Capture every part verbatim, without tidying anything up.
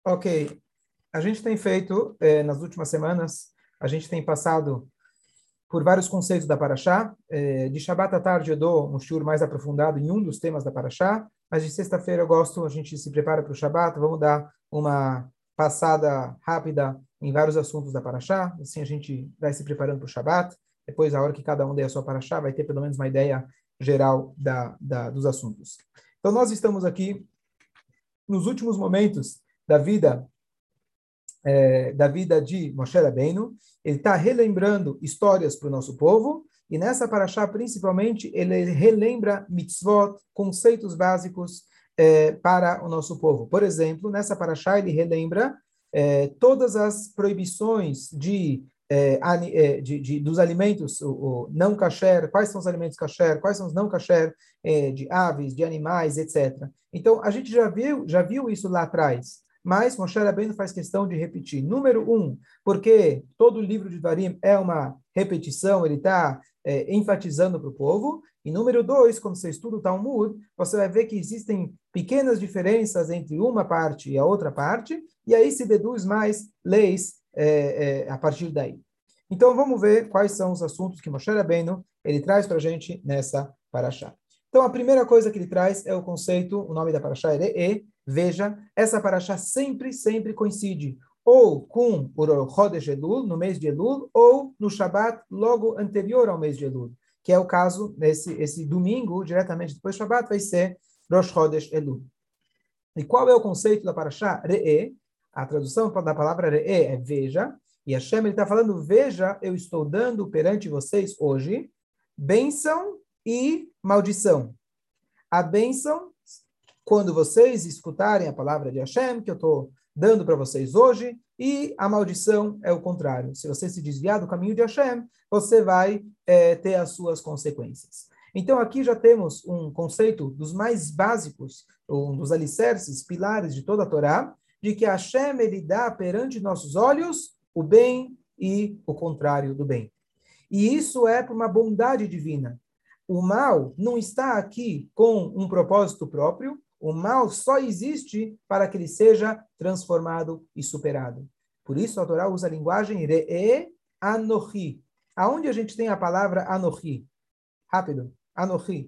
Ok, a gente tem feito, eh, nas últimas semanas, a gente tem passado por vários conceitos da Paraxá. Eh, de Shabbat à tarde eu dou um shiur mais aprofundado em um dos temas da Paraxá, mas de sexta-feira eu gosto, a gente se prepara para o Shabbat, vamos dar uma passada rápida em vários assuntos da Paraxá, assim a gente vai se preparando para o Shabbat, depois a hora que cada um der a sua Paraxá, vai ter pelo menos uma ideia geral da, da, dos assuntos. Então nós estamos aqui nos últimos momentos da vida é, da vida de Moshe Rabbeinu. Ele está relembrando histórias para o nosso povo, e nessa paraxá, principalmente, ele relembra mitzvot, conceitos básicos é, para o nosso povo. Por exemplo, nessa paraxá, ele relembra é, todas as proibições de, é, de, de, dos alimentos o, o não kasher, quais são os alimentos kasher, quais são os não kasher, é, de aves, de animais, etcétera. Então, a gente já viu, já viu isso lá atrás. Mas Moshe Rabbeinu faz questão de repetir. Número um, porque todo o livro de Dvarim é uma repetição, ele está é, enfatizando para o povo. E número dois, quando você estuda o Talmud, você vai ver que existem pequenas diferenças entre uma parte e a outra parte, e aí se deduz mais leis é, é, a partir daí. Então vamos ver quais são os assuntos que Moshe Rabbeinu ele traz para a gente nessa paraxá. Então a primeira coisa que ele traz é o conceito, o nome da paraxá é Re'e. Veja, essa paraxá sempre, sempre coincide ou com o Chodesh Elul, no mês de Elul, ou no Shabat, logo anterior ao mês de Elul, que é o caso, nesse esse domingo, diretamente depois do Shabat, vai ser Rosh Chodesh Elul. E qual é o conceito da paraxá? Re'e, a tradução da palavra Re'e é veja, e Hashem está falando, veja, eu estou dando perante vocês hoje bênção e maldição. A bênção, quando vocês escutarem a palavra de Hashem, que eu estou dando para vocês hoje, e a maldição é o contrário. Se você se desviar do caminho de Hashem, você vai é, ter as suas consequências. Então, aqui já temos um conceito dos mais básicos, um dos alicerces, pilares de toda a Torá, de que Hashem, ele dá perante nossos olhos o bem e o contrário do bem. E isso é por uma bondade divina. O mal não está aqui com um propósito próprio. O mal só existe para que ele seja transformado e superado. Por isso a Torá usa a linguagem Re'e Anochi. Aonde a gente tem a palavra Anochi? Rápido. Anochi.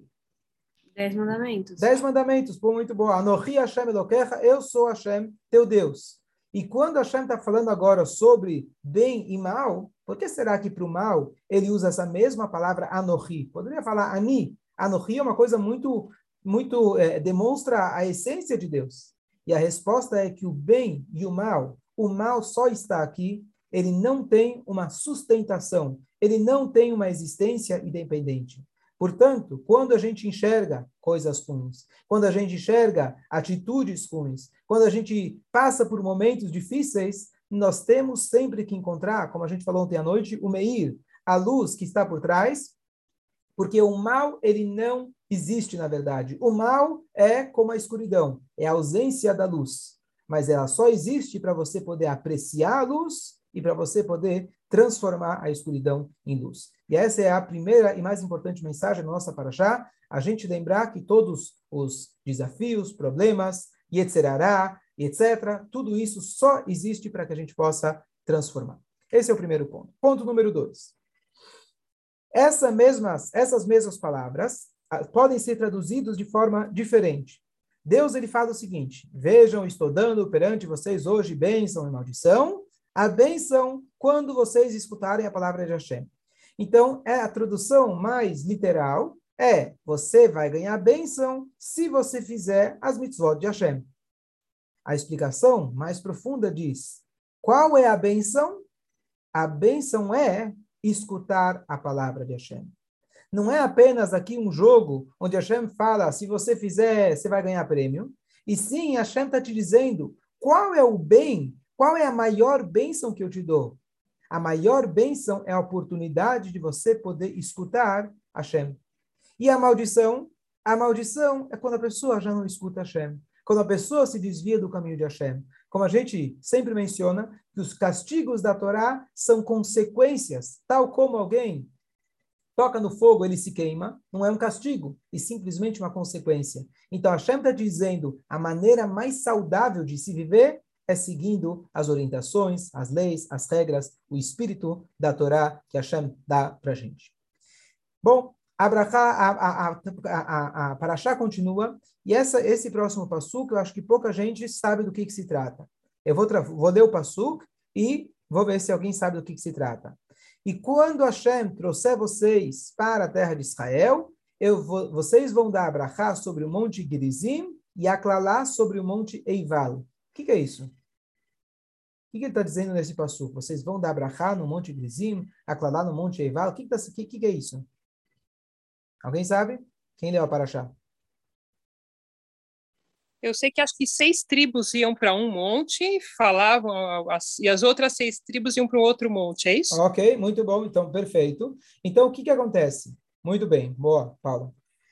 Dez mandamentos. Dez mandamentos. Pô, muito bom. Anochi Hashem Elokecha. Eu sou Hashem, teu Deus. E quando Hashem está falando agora sobre bem e mal, por que será que para o mal ele usa essa mesma palavra Anochi? Poderia falar Ani. Anochi é uma coisa muito... muito é, demonstra a essência de Deus. E a resposta é que o bem e o mal, o mal só está aqui, ele não tem uma sustentação, ele não tem uma existência independente. Portanto, quando a gente enxerga coisas ruins, quando a gente enxerga atitudes ruins, quando a gente passa por momentos difíceis, nós temos sempre que encontrar, como a gente falou ontem à noite, o Meir, a luz que está por trás, porque o mal, ele não existe, na verdade. O mal é como a escuridão, é a ausência da luz. Mas ela só existe para você poder apreciar a luz e para você poder transformar a escuridão em luz. E essa é a primeira e mais importante mensagem da nossa paraxá, a gente lembrar que todos os desafios, problemas, e etcétera, etcétera, tudo isso só existe para que a gente possa transformar. Esse é o primeiro ponto. Ponto número dois. Essa mesmas, essas mesmas palavras podem ser traduzidas de forma diferente. Deus ele fala o seguinte: vejam, estou dando perante vocês hoje bênção e maldição. A bênção quando vocês escutarem a palavra de Hashem. Então, é a tradução mais literal é: você vai ganhar bênção se você fizer as mitzvot de Hashem. A explicação mais profunda diz: qual é a bênção? A bênção é escutar a palavra de Hashem. Não é apenas aqui um jogo onde Hashem fala, se você fizer, você vai ganhar prêmio. E sim, Hashem está te dizendo qual é o bem, qual é a maior bênção que eu te dou. A maior bênção é a oportunidade de você poder escutar Hashem. E a maldição? A maldição é quando a pessoa já não escuta Hashem. Quando a pessoa se desvia do caminho de Hashem. Como a gente sempre menciona, que os castigos da Torá são consequências, tal como alguém toca no fogo, ele se queima, não é um castigo, e simplesmente uma consequência. Então, Hashem está dizendo, a maneira mais saudável de se viver é seguindo as orientações, as leis, as regras, o espírito da Torá que Hashem dá para a gente. Bom, a, a, a, a, a, a Parashá continua, e essa, esse próximo passuk, eu acho que pouca gente sabe do que, que se trata. Eu vou, vou ler o passuk e vou ver se alguém sabe do que, que se trata. E quando Hashem trouxer vocês para a terra de Israel, eu vou, vocês vão dar Abrahá sobre o monte Gerizim e Aklalá sobre o monte Eival. O que, que é isso? O que, que ele está dizendo nesse passuk? Vocês vão dar Abrahá no monte Gerizim, Aklalá no monte Eival. O que, que, tá, que, que, que é isso? Alguém sabe? Quem leu a Parashá? Eu sei que acho que seis tribos iam para um monte, falavam, as, e as outras seis tribos iam para o outro monte, é isso? Ok, muito bom, então, perfeito. Então, o que, que acontece? Muito bem, boa, Paula.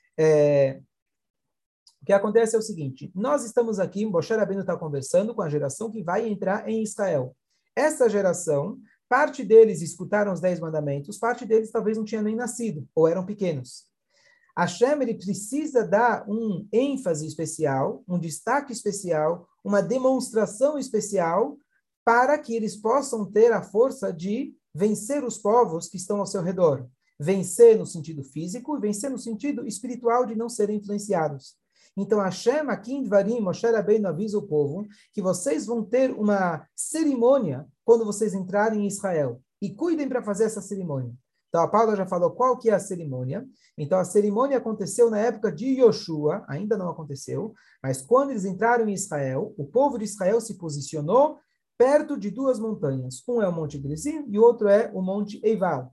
É, o que acontece é o seguinte, nós estamos aqui, Moshe Rabbeinu está conversando com a geração que vai entrar em Israel. Essa geração, parte deles escutaram os dez mandamentos, parte deles talvez não tinha nem nascido, ou eram pequenos. Hashem, ele precisa dar um ênfase especial, um destaque especial, uma demonstração especial para que eles possam ter a força de vencer os povos que estão ao seu redor. Vencer no sentido físico e vencer no sentido espiritual de não serem influenciados. Então, Hashem, aqui em Dvarim, Moshe Rabbeinu avisa o povo que vocês vão ter uma cerimônia quando vocês entrarem em Israel. E cuidem para fazer essa cerimônia. Então, a Paula já falou qual que é a cerimônia. Então, a cerimônia aconteceu na época de Yoshua, ainda não aconteceu, mas quando eles entraram em Israel, o povo de Israel se posicionou perto de duas montanhas. Um é o Monte Gerizim e o outro é o Monte Eival.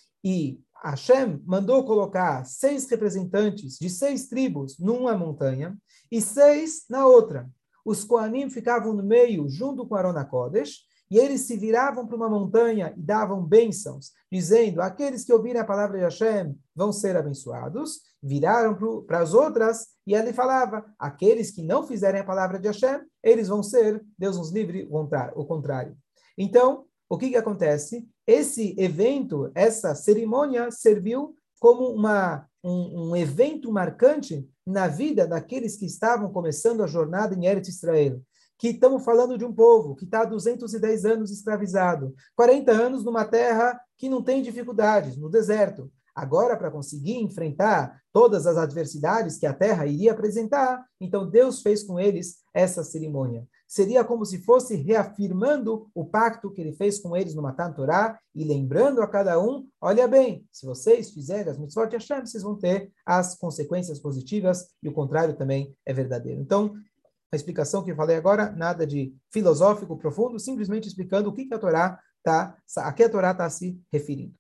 E Hashem mandou colocar seis representantes de seis tribos numa montanha e seis na outra. Os Koanim ficavam no meio, junto com Arona Kodesh, e eles se viravam para uma montanha e davam bênçãos, dizendo, aqueles que ouvirem a palavra de Hashem vão ser abençoados. Viraram para as outras e ele falava, aqueles que não fizerem a palavra de Hashem, eles vão ser, Deus nos livre, o contrário. Então, o que, que acontece? Esse evento, essa cerimônia serviu como uma, um, um evento marcante na vida daqueles que estavam começando a jornada em Eretz Israel. Que estamos falando de um povo que está há duzentos e dez anos escravizado, quarenta anos numa terra que não tem dificuldades, no deserto. Agora, para conseguir enfrentar todas as adversidades que a terra iria apresentar, então Deus fez com eles essa cerimônia. Seria como se fosse reafirmando o pacto que ele fez com eles no Matan Torá e lembrando a cada um, olha bem, se vocês fizerem as mitzvot de Hashem, vocês vão ter as consequências positivas e o contrário também é verdadeiro. Então, a explicação que eu falei agora, nada de filosófico profundo, simplesmente explicando o que, que a Torá está, a que a Torá está se referindo.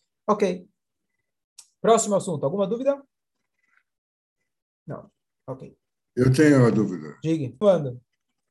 Ok. Próximo assunto. Alguma dúvida? Não. Ok. Eu tenho uma dúvida. Diga. Quando?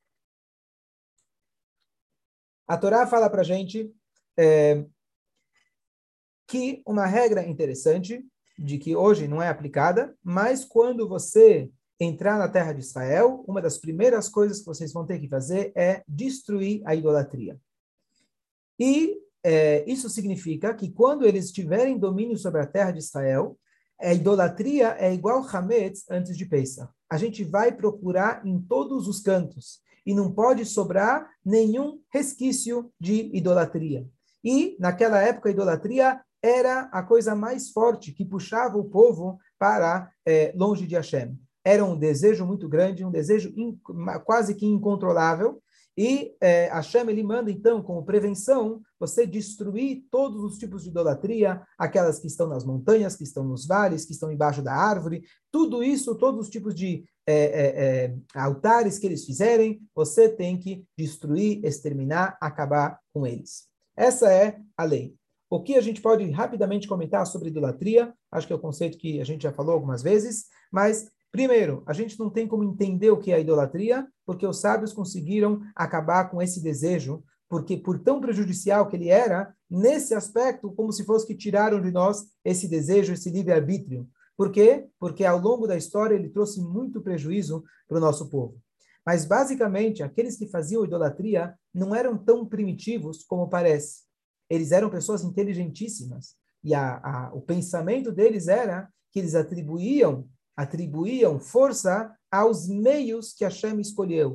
A Torá fala para a gente é, que uma regra interessante, de que hoje não é aplicada, mas quando você entrar na terra de Israel, uma das primeiras coisas que vocês vão ter que fazer é destruir a idolatria. E é, isso significa que quando eles tiverem domínio sobre a terra de Israel, a idolatria é igual Hametz antes de Pesach. A gente vai procurar em todos os cantos e não pode sobrar nenhum resquício de idolatria. E naquela época a idolatria era a coisa mais forte que puxava o povo para é, longe de Hashem. Era um desejo muito grande, um desejo in, quase que incontrolável. E é, Hashem, ele manda, então, como prevenção, você destruir todos os tipos de idolatria, aquelas que estão nas montanhas, que estão nos vales, que estão embaixo da árvore, tudo isso, todos os tipos de é, é, é, altares que eles fizerem, você tem que destruir, exterminar, acabar com eles. Essa é a lei. O que a gente pode rapidamente comentar sobre idolatria, acho que é o conceito que a gente já falou algumas vezes, mas primeiro, a gente não tem como entender o que é a idolatria, porque os sábios conseguiram acabar com esse desejo, porque por tão prejudicial que ele era, nesse aspecto, como se fosse que tiraram de nós esse desejo, esse livre-arbítrio. Por quê? Porque ao longo da história ele trouxe muito prejuízo para o nosso povo. Mas, basicamente, aqueles que faziam idolatria não eram tão primitivos como parece. Eles eram pessoas inteligentíssimas. E a, a, o pensamento deles era que eles atribuíam atribuíam força aos meios que Hashem escolheu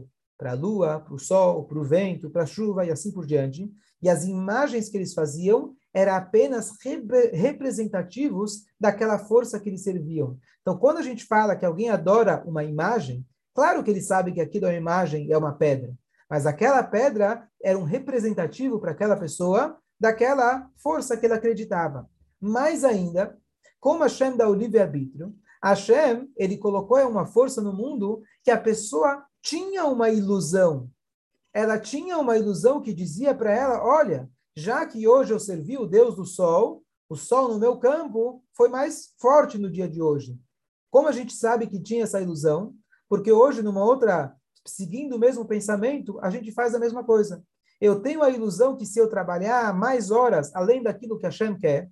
para a lua, para o sol, para o vento, para a chuva e assim por diante. E as imagens que eles faziam eram apenas repre representativos daquela força que eles serviam. Então, quando a gente fala que alguém adora uma imagem, claro que ele sabe que aquilo é uma imagem, é uma pedra, mas aquela pedra era um representativo para aquela pessoa daquela força que ele acreditava. Mais ainda, como Hashem dá o livre-arbítrio, Hashem, ele colocou uma força no mundo que a pessoa tinha uma ilusão. Ela tinha uma ilusão que dizia para ela, olha, já que hoje eu servi o Deus do Sol, o Sol no meu campo foi mais forte no dia de hoje. Como a gente sabe que tinha essa ilusão? Porque hoje, numa outra, seguindo o mesmo pensamento, a gente faz a mesma coisa. Eu tenho a ilusão que se eu trabalhar mais horas, além daquilo que Hashem quer,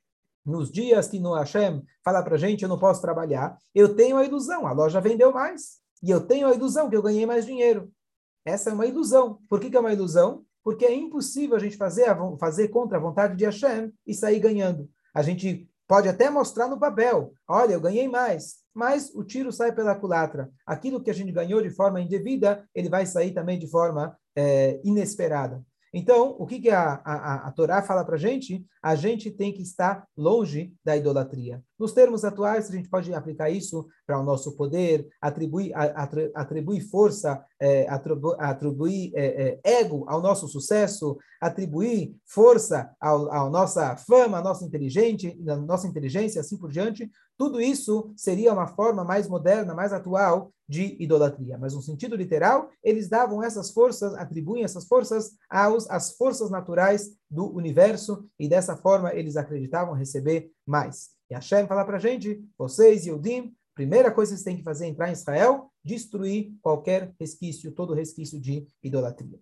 nos dias que no Hashem fala para a gente, eu não posso trabalhar, eu tenho a ilusão, a loja vendeu mais. E eu tenho a ilusão que eu ganhei mais dinheiro. Essa é uma ilusão. Por que que é uma ilusão? Porque é impossível a gente fazer, a, fazer contra a vontade de Hashem e sair ganhando. A gente pode até mostrar no papel, olha, eu ganhei mais, mas o tiro sai pela culatra. Aquilo que a gente ganhou de forma indevida, ele vai sair também de forma é, inesperada. Então, o que, que a, a, a Torá fala para a gente? A gente tem que estar longe da idolatria. Nos termos atuais, a gente pode aplicar isso para o nosso poder, atribuir, atribuir força, é, atribuir, atribuir é, é, ego ao nosso sucesso, atribuir força à nossa fama, à nossa, inteligente, à nossa inteligência, assim por diante. Tudo isso seria uma forma mais moderna, mais atual de idolatria. Mas no sentido literal, eles davam essas forças, atribuem essas forças aos, às forças naturais do universo, e dessa forma eles acreditavam receber mais. E Hashem fala para a gente, vocês, Yehudim, primeira coisa que vocês têm que fazer é entrar em Israel, destruir qualquer resquício, todo resquício de idolatria.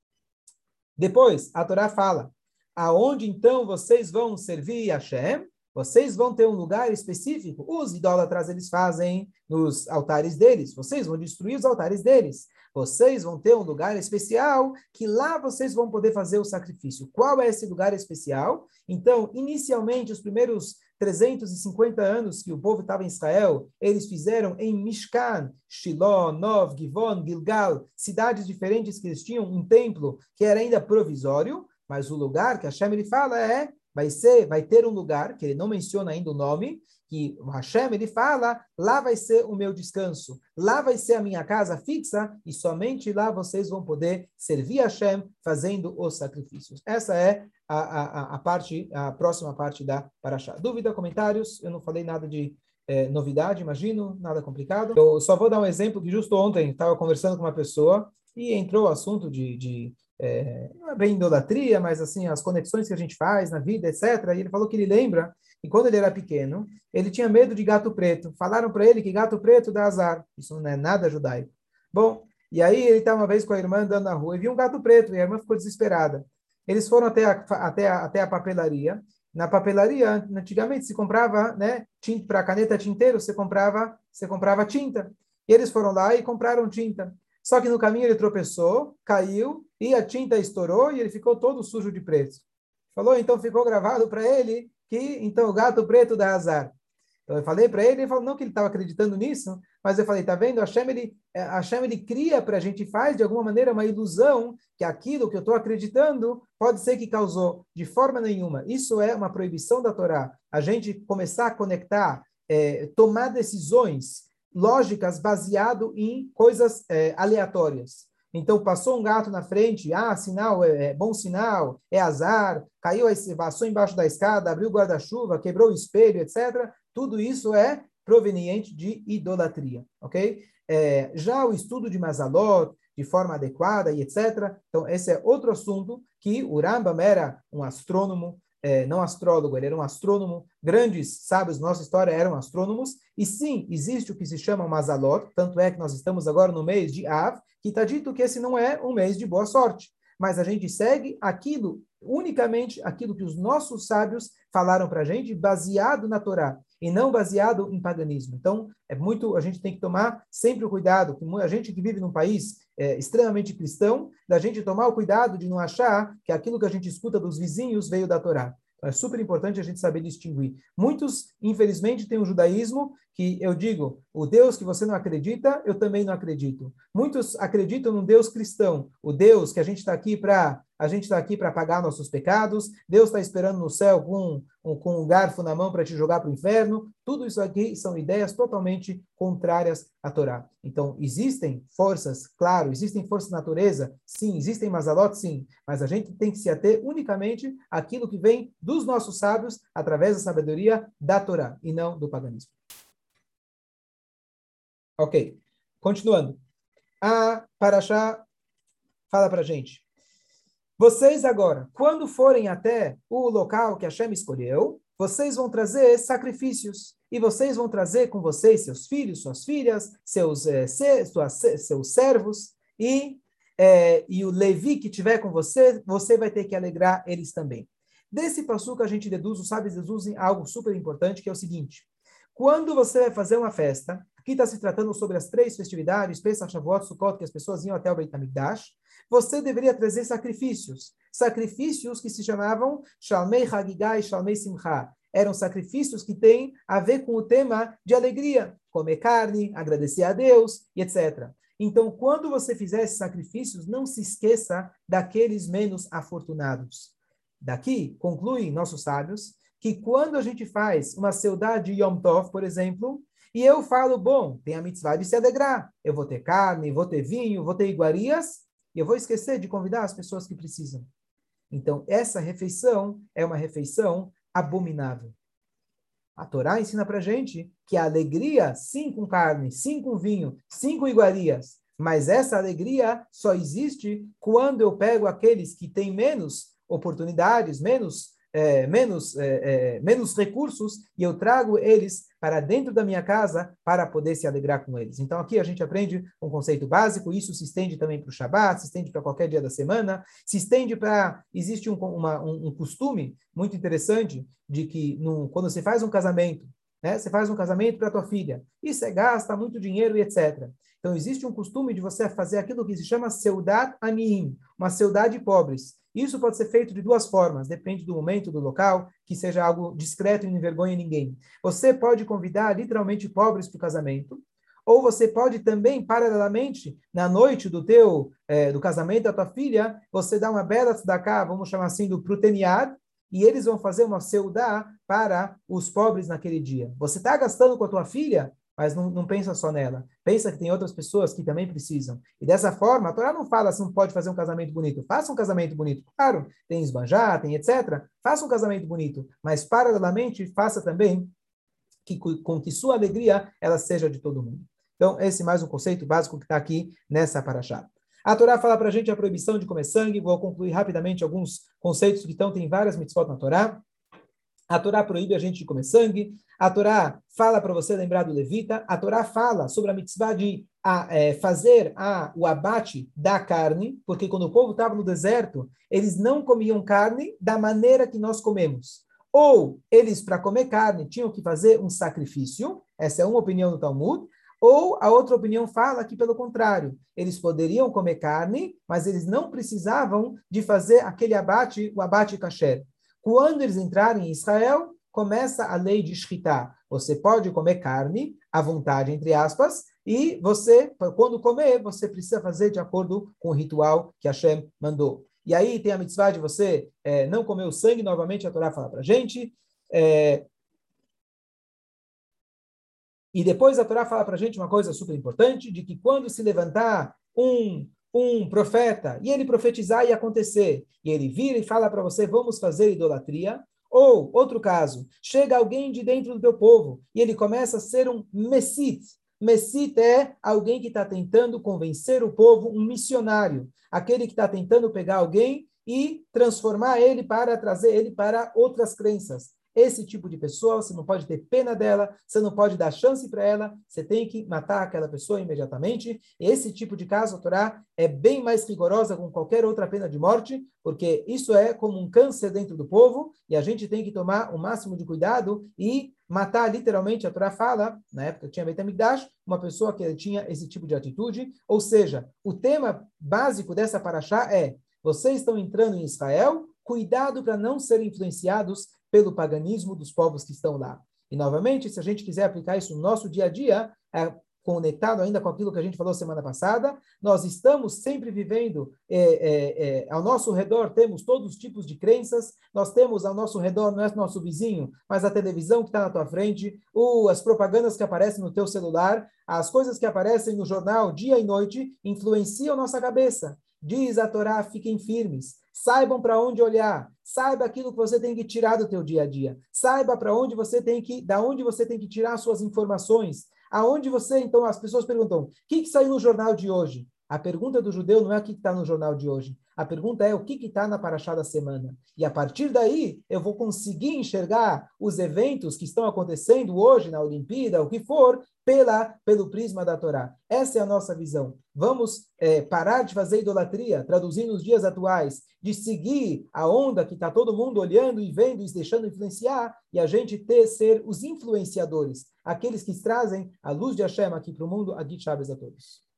Depois, a Torá fala, aonde então vocês vão servir Hashem? Vocês vão ter um lugar específico. Os idólatras, eles fazem nos altares deles. Vocês vão destruir os altares deles. Vocês vão ter um lugar especial que lá vocês vão poder fazer o sacrifício. Qual é esse lugar especial? Então, inicialmente, os primeiros trezentos e cinquenta anos que o povo estava em Israel, eles fizeram em Mishkan, Shiloh, Nov, Givon, Gilgal, cidades diferentes que eles tinham um templo que era ainda provisório, mas o lugar que Hashem ele fala é Vai, ser, vai ter um lugar, que ele não menciona ainda o nome, que o Hashem, ele fala, lá vai ser o meu descanso, lá vai ser a minha casa fixa, e somente lá vocês vão poder servir a Hashem fazendo os sacrifícios. Essa é a, a, a, parte, a próxima parte da Parashá. Dúvida, comentários? Eu não falei nada de eh, novidade, imagino, nada complicado. Eu só vou dar um exemplo que justo ontem estava conversando com uma pessoa e entrou o assunto de... de É, não é bem idolatria, mas assim, as conexões que a gente faz na vida, etcétera. E ele falou que ele lembra que quando ele era pequeno, ele tinha medo de gato preto. Falaram para ele que gato preto dá azar. Isso não é nada judaico. Bom, e aí ele estava uma vez com a irmã andando na rua e viu um gato preto, e a irmã ficou desesperada. Eles foram até a, até a, até a papelaria. Na papelaria, antigamente se comprava, né, para caneta tinteiro, você comprava, você comprava tinta. E eles foram lá e compraram tinta. Só que no caminho ele tropeçou, caiu, e a tinta estourou, e ele ficou todo sujo de preto. Falou, então ficou gravado para ele que, então, o gato preto dá azar. Então eu falei para ele, ele falou, não que ele estava acreditando nisso, mas eu falei, tá vendo? A Hashem, ele, a Hashem, ele cria para a gente, faz de alguma maneira uma ilusão que aquilo que eu estou acreditando pode ser que causou, de forma nenhuma. Isso é uma proibição da Torá. A gente começar a conectar, é, tomar decisões lógicas baseado em coisas é, aleatórias. Então, passou um gato na frente, ah, sinal, é, é bom sinal, é azar, caiu, passou embaixo da escada, abriu o guarda-chuva, quebrou o espelho, etcétera. Tudo isso é proveniente de idolatria, ok? É, já o estudo de Mazalot, de forma adequada e etcétera. Então, esse é outro assunto que o Rambam era um astrônomo, É, não astrólogo, ele era um astrônomo, grandes sábios da nossa história eram astrônomos, e sim, existe o que se chama Mazalot, tanto é que nós estamos agora no mês de Av, que está dito que esse não é um mês de boa sorte, mas a gente segue aquilo, unicamente aquilo que os nossos sábios falaram para a gente, baseado na Torá, e não baseado em paganismo. Então, é muito, a gente tem que tomar sempre o cuidado, que a gente que vive num país é, extremamente cristão, da gente tomar o cuidado de não achar que aquilo que a gente escuta dos vizinhos veio da Torá. É super importante a gente saber distinguir. Muitos, infelizmente, têm um judaísmo que eu digo, o Deus que você não acredita, eu também não acredito. Muitos acreditam num Deus cristão, o Deus que a gente está aqui para a gente está aqui para pagar nossos pecados, Deus está esperando no céu com um, com um garfo na mão para te jogar para o inferno. Tudo isso aqui são ideias totalmente contrárias à Torá. Então, existem forças, claro, existem forças da natureza, sim, existem mazalot, sim, mas a gente tem que se ater unicamente àquilo que vem dos nossos sábios através da sabedoria da Torá e não do paganismo. Ok, continuando. A Parashá fala para a gente. Vocês agora, quando forem até o local que Hashem escolheu, vocês vão trazer sacrifícios. E vocês vão trazer com vocês seus filhos, suas filhas, seus, eh, se, suas, seus servos. E, eh, e o Levi que tiver com você, você vai ter que alegrar eles também. Desse passuco a gente deduz, os sábios deduzem algo super importante, que é o seguinte. Quando você vai fazer uma festa, aqui está se tratando sobre as três festividades, Pesach, Shavuot, Sukkot, que as pessoas iam até o Beit HaMikdash, você deveria trazer sacrifícios. Sacrifícios que se chamavam Shalmei Hagigah e Shalmei Simcha. Eram sacrifícios que têm a ver com o tema de alegria. Comer carne, agradecer a Deus, e etcétera. Então, quando você fizer esses sacrifícios, não se esqueça daqueles menos afortunados. Daqui, concluem nossos sábios, que quando a gente faz uma saudade de Yom Tov, por exemplo, e eu falo, bom, tem a mitzvah de se alegrar. Eu vou ter carne, vou ter vinho, vou ter iguarias, e eu vou esquecer de convidar as pessoas que precisam. Então, essa refeição é uma refeição abominável. A Torá ensina para a gente que a alegria, sim com carne, sim com vinho, sim com iguarias, mas essa alegria só existe quando eu pego aqueles que têm menos oportunidades, menos, é, menos, é, é, menos recursos, e eu trago eles para dentro da minha casa para poder se alegrar com eles. Então aqui a gente aprende um conceito básico, isso se estende também para o Shabat, se estende para qualquer dia da semana, se estende para... Existe um, uma, um, um costume muito interessante de que no, quando você faz um casamento, né, você faz um casamento para a tua filha, e você gasta muito dinheiro e etcétera. Então existe um costume de você fazer aquilo que se chama seudat aniim, uma seudá de pobres. Isso pode ser feito de duas formas, depende do momento, do local, que seja algo discreto e não envergonhe ninguém. Você pode convidar literalmente pobres para o casamento, ou você pode também, paralelamente, na noite do teu eh, do casamento da tua filha, você dá uma bela tzedakah, vamos chamar assim, do pruteniad, e eles vão fazer uma seudá para os pobres naquele dia. Você está gastando com a tua filha, mas não, não pensa só nela. Pensa que tem outras pessoas que também precisam. E dessa forma, a Torá não fala se não pode fazer um casamento bonito. Faça um casamento bonito. Claro, tem esbanjar, tem etcétera. Faça um casamento bonito. Mas, paralelamente, faça também que, com que sua alegria ela seja de todo mundo. Então, esse é mais um conceito básico que está aqui nessa parashá. A Torá fala para a gente a proibição de comer sangue. Vou concluir rapidamente alguns conceitos que estão, tem várias mitzvot na Torá. A Torá proíbe a gente de comer sangue. A Torá fala para você lembrar do levita. A Torá fala sobre a mitzvah de a, é, fazer a, o abate da carne, porque quando o povo estava no deserto, eles não comiam carne da maneira que nós comemos. Ou eles, para comer carne, tinham que fazer um sacrifício. Essa é uma opinião do Talmud. Ou a outra opinião fala que, pelo contrário, eles poderiam comer carne, mas eles não precisavam de fazer aquele abate, o abate kasher. Quando eles entrarem em Israel, começa a lei de Shchitá. Você pode comer carne à vontade, entre aspas, e você, quando comer, você precisa fazer de acordo com o ritual que Hashem mandou. E aí tem a mitzvah de você é, não comer o sangue, novamente a Torá fala para a gente. É... E depois a Torá fala para a gente uma coisa super importante, de que quando se levantar um... um profeta, e ele profetizar e acontecer, e ele vira e fala para você, vamos fazer idolatria, ou, outro caso, chega alguém de dentro do teu povo, e ele começa a ser um messit. Messit é alguém que está tentando convencer o povo, um missionário, aquele que está tentando pegar alguém e transformar ele para trazer ele para outras crenças. Esse tipo de pessoa, você não pode ter pena dela, você não pode dar chance para ela, você tem que matar aquela pessoa imediatamente. Esse tipo de caso, a Torá é bem mais rigorosa com qualquer outra pena de morte, porque isso é como um câncer dentro do povo, e a gente tem que tomar o máximo de cuidado e matar, literalmente, a Torá fala, na época que tinha Beit HaMikdash, uma pessoa que tinha esse tipo de atitude. Ou seja, o tema básico dessa parashá é, vocês estão entrando em Israel cuidado para não serem influenciados pelo paganismo dos povos que estão lá. E, novamente, se a gente quiser aplicar isso no nosso dia a dia, é, conectado ainda com aquilo que a gente falou semana passada, nós estamos sempre vivendo, é, é, é, ao nosso redor temos todos os tipos de crenças, nós temos ao nosso redor, não é nosso vizinho, mas a televisão que está na tua frente, ou as propagandas que aparecem no teu celular, as coisas que aparecem no jornal dia e noite, influenciam nossa cabeça. Diz a Torá, fiquem firmes, saibam para onde olhar, saiba aquilo que você tem que tirar do teu dia a dia, saiba para onde você tem que, da onde você tem que tirar suas informações, aonde você, então, as pessoas perguntam, o que, que saiu no jornal de hoje? A pergunta do judeu não é o que está no jornal de hoje. A pergunta é o que está na paraxá da semana. E a partir daí, eu vou conseguir enxergar os eventos que estão acontecendo hoje na Olimpíada, o que for, pela, pelo prisma da Torá. Essa é a nossa visão. Vamos é, parar de fazer idolatria, traduzindo os dias atuais, de seguir a onda que está todo mundo olhando e vendo e se deixando influenciar, e a gente ter, ser os influenciadores, aqueles que trazem a luz de Hashem aqui para o mundo. Agit Shabbos a todos.